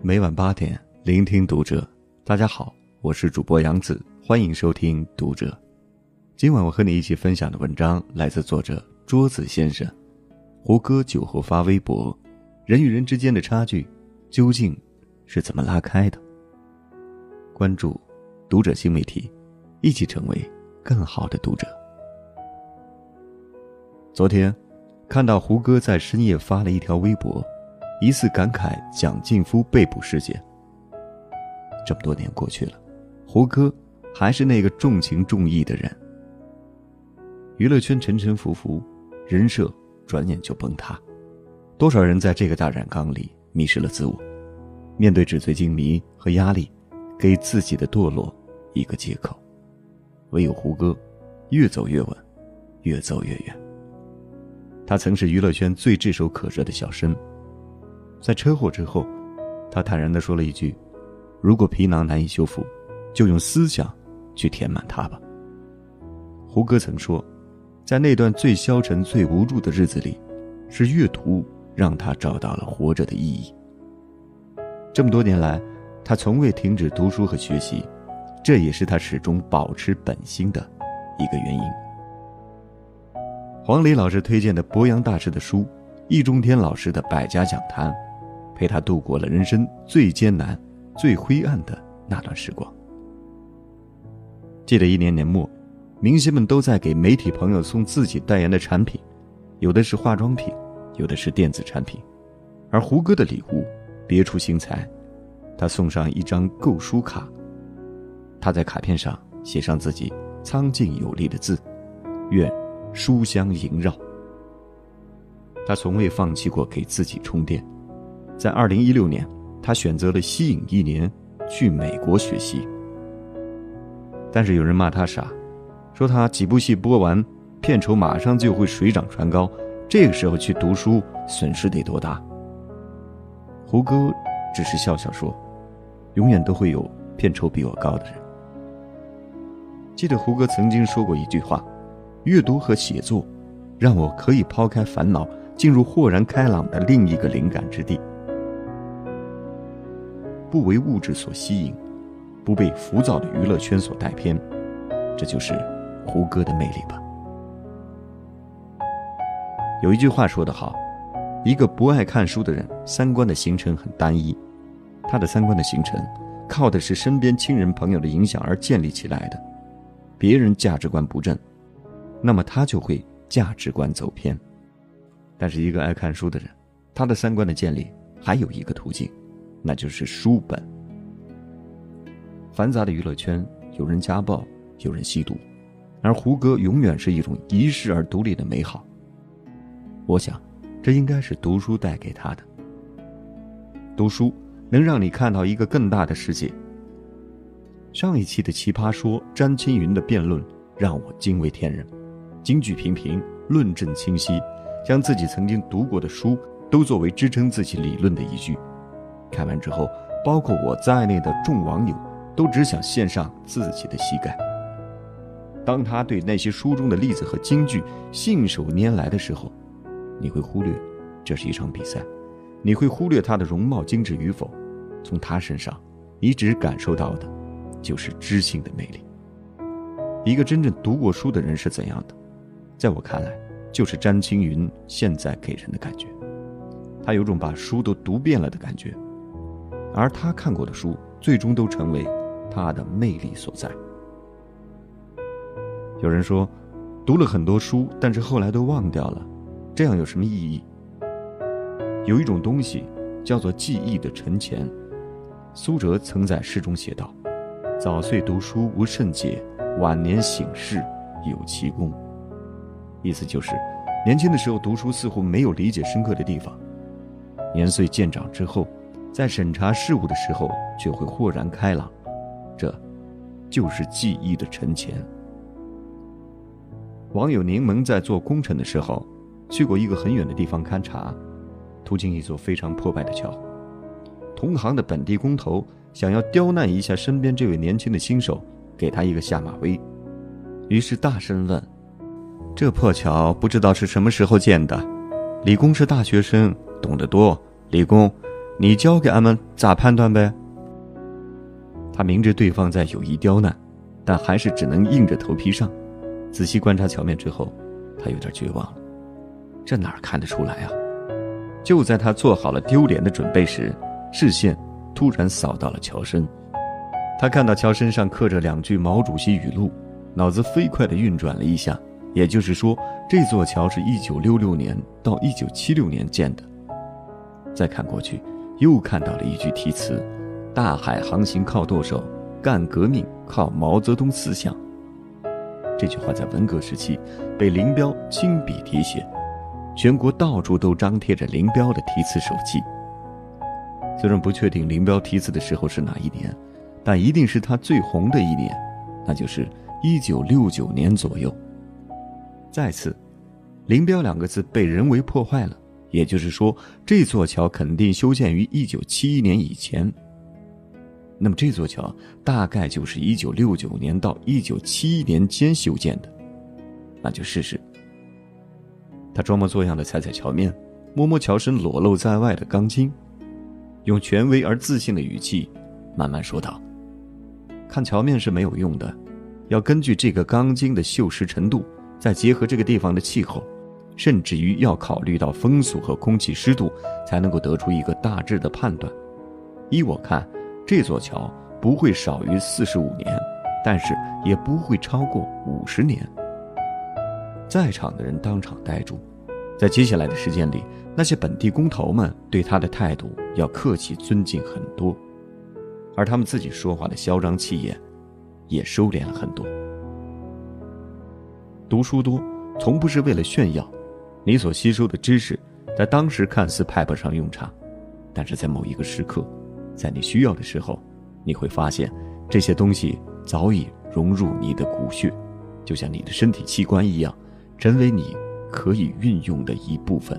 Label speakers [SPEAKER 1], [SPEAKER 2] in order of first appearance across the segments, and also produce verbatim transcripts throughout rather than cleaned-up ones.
[SPEAKER 1] 每晚八点，聆听读者。大家好，我是主播杨子，欢迎收听读者。今晚我和你一起分享的文章来自作者桌子先生。胡歌酒后发微博，人与人之间的差距究竟是怎么拉开的？关注读者新媒体，一起成为更好的读者。昨天看到胡歌在深夜发了一条微博，疑似感慨蒋劲夫被捕事件。这么多年过去了，胡歌还是那个重情重义的人。娱乐圈沉沉浮浮，人设转眼就崩塌，多少人在这个大染缸里迷失了自我，面对纸醉金迷和压力，给自己的堕落一个借口。唯有胡歌越走越稳，越走越远。他曾是娱乐圈最炙手可热的小生，在车祸之后，他坦然地说了一句，如果皮囊难以修复，就用思想去填满它吧。胡歌曾说，在那段最消沉最无助的日子里，是阅读让他找到了活着的意义。这么多年来，他从未停止读书和学习，这也是他始终保持本心的一个原因。黄磊老师推荐的博洋大师的书，易中天老师的百家讲坛，陪他度过了人生最艰难最灰暗的那段时光。记得一年年末，明星们都在给媒体朋友送自己代言的产品，有的是化妆品，有的是电子产品。而胡歌的礼物别出心裁，他送上一张购书卡，他在卡片上写上自己苍劲有力的字，愿书香萦绕。他从未放弃过给自己充电。在二零一六年，他选择了息影一年去美国学习。但是有人骂他傻，说他几部戏播完，片酬马上就会水涨船高，这个时候去读书损失得多大？胡歌只是笑笑说，永远都会有片酬比我高的人。记得胡歌曾经说过一句话，阅读和写作让我可以抛开烦恼，进入豁然开朗的另一个灵感之地。不为物质所吸引，不被浮躁的娱乐圈所带偏，这就是胡歌的魅力吧。有一句话说得好，一个不爱看书的人，三观的形成很单一。他的三观的形成靠的是身边亲人朋友的影响而建立起来的，别人价值观不正，那么他就会价值观走偏。但是一个爱看书的人，他的三观的建立还有一个途径，那就是书本。繁杂的娱乐圈，有人家暴，有人吸毒，而胡歌永远是一种遗世而独立的美好。我想这应该是读书带给他的。读书能让你看到一个更大的世界。上一期的奇葩说詹青云的辩论让我惊为天人，金句频频，论证清晰，将自己曾经读过的书都作为支撑自己理论的依据。看完之后，包括我在内的众网友都只想献上自己的膝盖。当他对那些书中的例子和金句信手拈来的时候，你会忽略这是一场比赛，你会忽略他的容貌精致与否，从他身上你只感受到的就是知性的魅力。一个真正读过书的人是怎样的？在我看来，就是詹青云现在给人的感觉。他有种把书都读遍了的感觉，而他看过的书最终都成为他的魅力所在。有人说，读了很多书，但是后来都忘掉了，这样有什么意义？有一种东西叫做记忆的沉潜。苏辙曾在诗中写道，早岁读书无甚解，晚年醒事有其功。意思就是年轻的时候读书似乎没有理解深刻的地方，年岁渐长之后，在审查事物的时候却会豁然开朗，这就是记忆的沉潜。网友柠檬在做工程的时候，去过一个很远的地方勘察，途经一座非常破败的桥。同行的本地工头想要刁难一下身边这位年轻的新手，给他一个下马威，于是大声问，这破桥不知道是什么时候建的？理工是大学生，懂得多，理工你教给俺们咋判断呗。他明知对方在有意刁难，但还是只能硬着头皮上。仔细观察桥面之后，他有点绝望了。这哪看得出来啊？就在他做好了丢脸的准备时，视线突然扫到了桥身。他看到桥身上刻着两句毛主席语录，脑子飞快地运转了一下，也就是说，这座桥是一九六六年到一九七六年建的。再看过去，又看到了一句题词：大海航行靠舵手，干革命靠毛泽东思想。这句话在文革时期被林彪亲笔题写，全国到处都张贴着林彪的题词手记。虽然不确定林彪题词的时候是哪一年，但一定是他最红的一年，那就是一九六九年左右。再次，林彪两个字被人为破坏了，也就是说，这座桥肯定修建于一九七一年以前。那么这座桥大概就是一九六九年到一九七一年间修建的，那就试试。他装模作样地踩踩桥面，摸摸桥身裸露在外的钢筋，用权威而自信的语气慢慢说道：看桥面是没有用的，要根据这个钢筋的锈蚀程度，再结合这个地方的气候，甚至于要考虑到风速和空气湿度，才能够得出一个大致的判断。依我看，这座桥不会少于四十五年，但是也不会超过五十年。在场的人当场呆住，在接下来的时间里，那些本地工头们对他的态度要客气尊敬很多，而他们自己说话的嚣张气焰也收敛了很多。读书多从不是为了炫耀，你所吸收的知识在当时看似派不上用场，但是在某一个时刻，在你需要的时候，你会发现这些东西早已融入你的骨血，就像你的身体器官一样，成为你可以运用的一部分。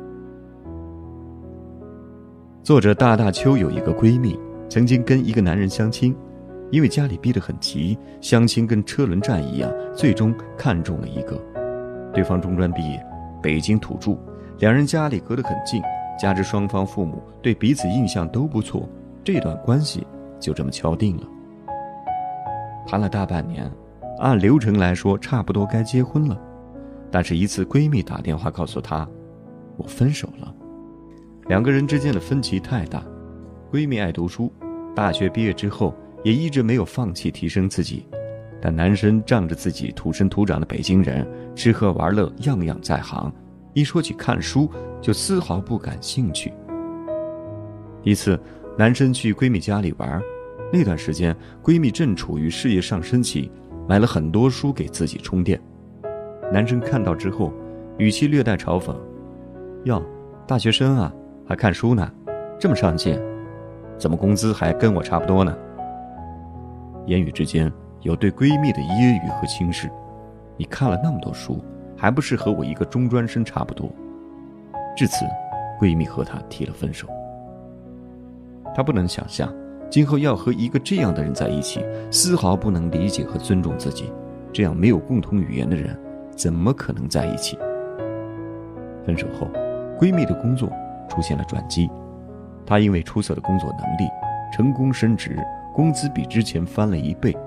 [SPEAKER 1] 作者大大秋有一个闺蜜，曾经跟一个男人相亲，因为家里逼得很急，相亲跟车轮战一样，最终看中了一个。对方中专毕业，北京土著，两人家里隔得很近，加之双方父母对彼此印象都不错，这段关系就这么敲定了。谈了大半年，按流程来说差不多该结婚了，但是一次闺蜜打电话告诉她，我分手了。两个人之间的分歧太大，闺蜜爱读书，大学毕业之后也一直没有放弃提升自己，但男生仗着自己土生土长的北京人，吃喝玩乐样样在行，一说起看书就丝毫不感兴趣。一次男生去闺蜜家里玩，那段时间闺蜜正处于事业上升期，买了很多书给自己充电。男生看到之后语气略带嘲讽，哟，大学生啊还看书呢，这么上进，怎么工资还跟我差不多呢？言语之间有对闺蜜的揶揄和轻视，你看了那么多书，还不是和我一个中专生差不多。至此闺蜜和她提了分手。她不能想象今后要和一个这样的人在一起，丝毫不能理解和尊重自己，这样没有共同语言的人怎么可能在一起？分手后，闺蜜的工作出现了转机，她因为出色的工作能力成功升职，工资比之前翻了一倍。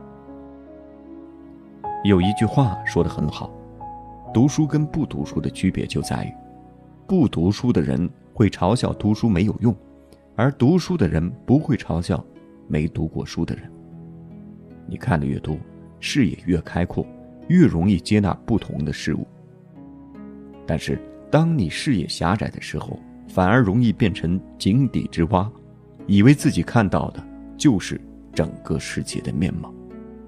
[SPEAKER 1] 有一句话说得很好，读书跟不读书的区别就在于，不读书的人会嘲笑读书没有用，而读书的人不会嘲笑没读过书的人。你看得越多，视野越开阔，越容易接纳不同的事物。但是当你视野狭窄的时候，反而容易变成井底之蛙，以为自己看到的就是整个世界的面貌。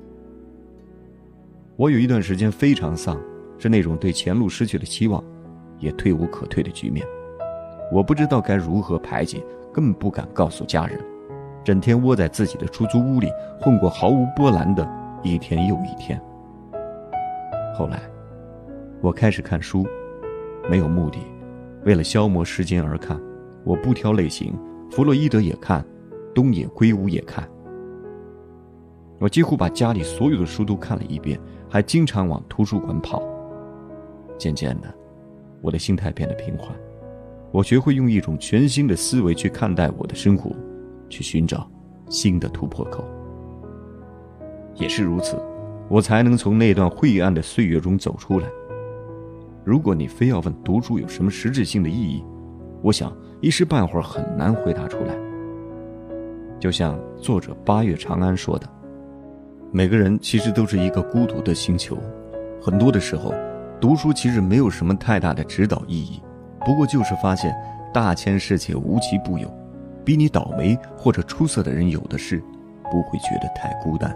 [SPEAKER 1] 我有一段时间非常丧，是那种对前路失去了期望，也退无可退的局面。我不知道该如何排解，更不敢告诉家人，整天窝在自己的出租屋里，混过毫无波澜的一天又一天。后来我开始看书，没有目的，为了消磨时间而看。我不挑类型，弗洛伊德也看，东野圭吾也看。我几乎把家里所有的书都看了一遍，还经常往图书馆跑。渐渐的，我的心态变得平缓， 我学会用一种全新的思维去看待我的生活，去寻找新的突破口。也是如此，我才能从那段晦暗的岁月中走出来。如果你非要问读书有什么实质性的意义，我想一时半会儿很难回答出来。就像作者八月长安说的，每个人其实都是一个孤独的星球，很多的时候读书其实没有什么太大的指导意义，不过就是发现大千世界无奇不有，比你倒霉或者出色的人有的是，不会觉得太孤单。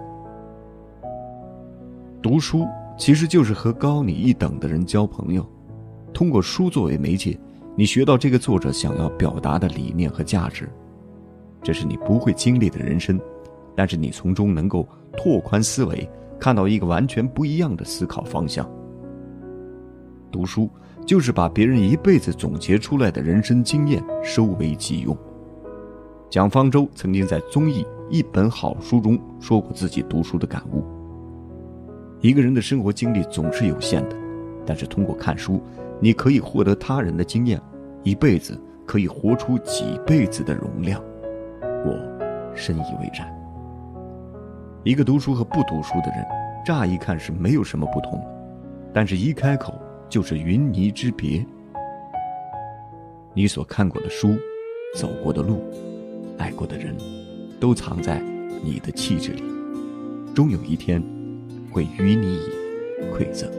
[SPEAKER 1] 读书其实就是和高你一等的人交朋友，通过书作为媒介，你学到这个作者想要表达的理念和价值。这是你不会经历的人生，但是你从中能够拓宽思维，看到一个完全不一样的思考方向。读书就是把别人一辈子总结出来的人生经验收为己用。蒋方舟曾经在综艺《一本好书》中说过自己读书的感悟。一个人的生活经历总是有限的，但是通过看书，你可以获得他人的经验，一辈子可以活出几辈子的容量。我深以为然。一个读书和不读书的人，乍一看是没有什么不同，但是一开口就是云泥之别。你所看过的书，走过的路，爱过的人，都藏在你的气质里，终有一天会与你以馈赠。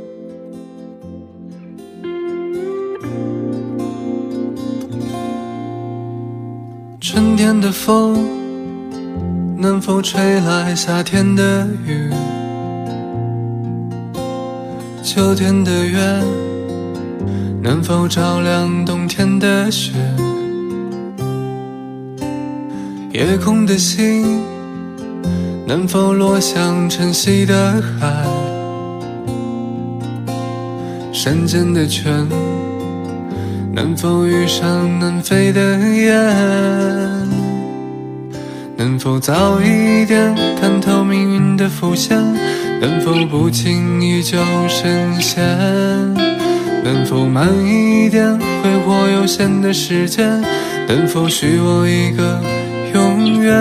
[SPEAKER 2] 春天的风能否吹来夏天的雨，秋天的月能否照亮冬天的雪，夜空的星能否落向晨曦的海，山间的泉能否遇上能飞的雁，能否早一点看透命运的浮现，能否不经意就深陷，能否慢一点挥霍有限的时间，能否许我一个永远。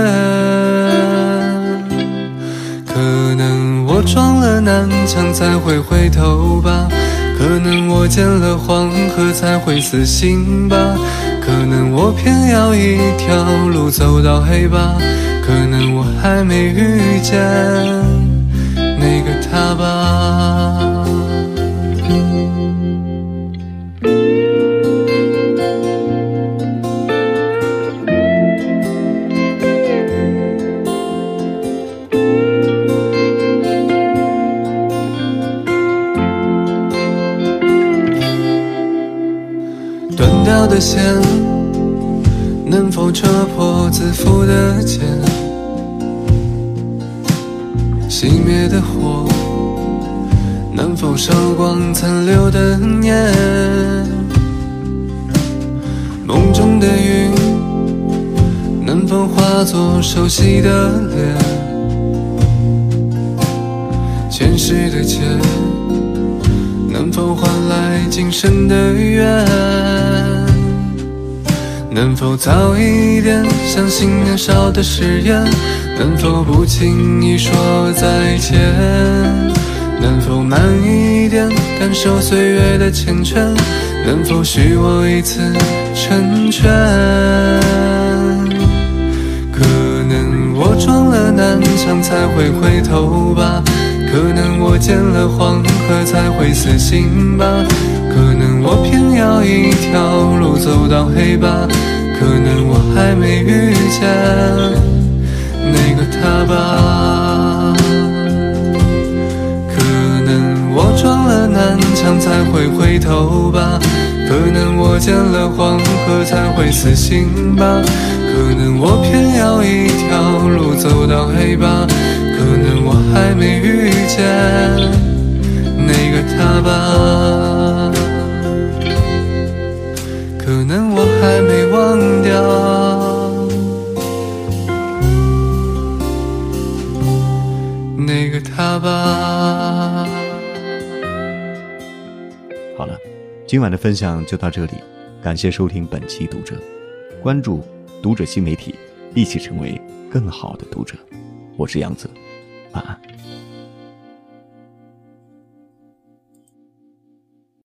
[SPEAKER 2] 可能我撞了南墙才会回头吧，可能我见了黄河才会死心吧，可能我偏要一条路走到黑吧，可能我还没遇见那个他吧。断掉的线能否扯破自负的茧，熄灭的火能否烧光残留的念，梦中的云能否化作熟悉的脸，前世的劫能否换来今生的缘，能否早一点相信年少的誓言，能否不轻易说再见，能否慢一点感受岁月的缱绻，能否许我一次成全。可能我撞了南墙才会回头吧，可能我见了黄河才会死心吧，可能我偏要一条路走到黑吧，可能我还没遇见那个他吧。可能我撞了南墙才会回头吧，可能我见了黄河才会死心吧，可能我偏要一条路走到黑吧，可能我还没遇见那个他吧，可能我还没忘掉那个他吧。
[SPEAKER 1] 好了，今晚的分享就到这里， 感谢收听本期读者，关注读者新媒体，一起成为更好的读者。我是杨子，晚安。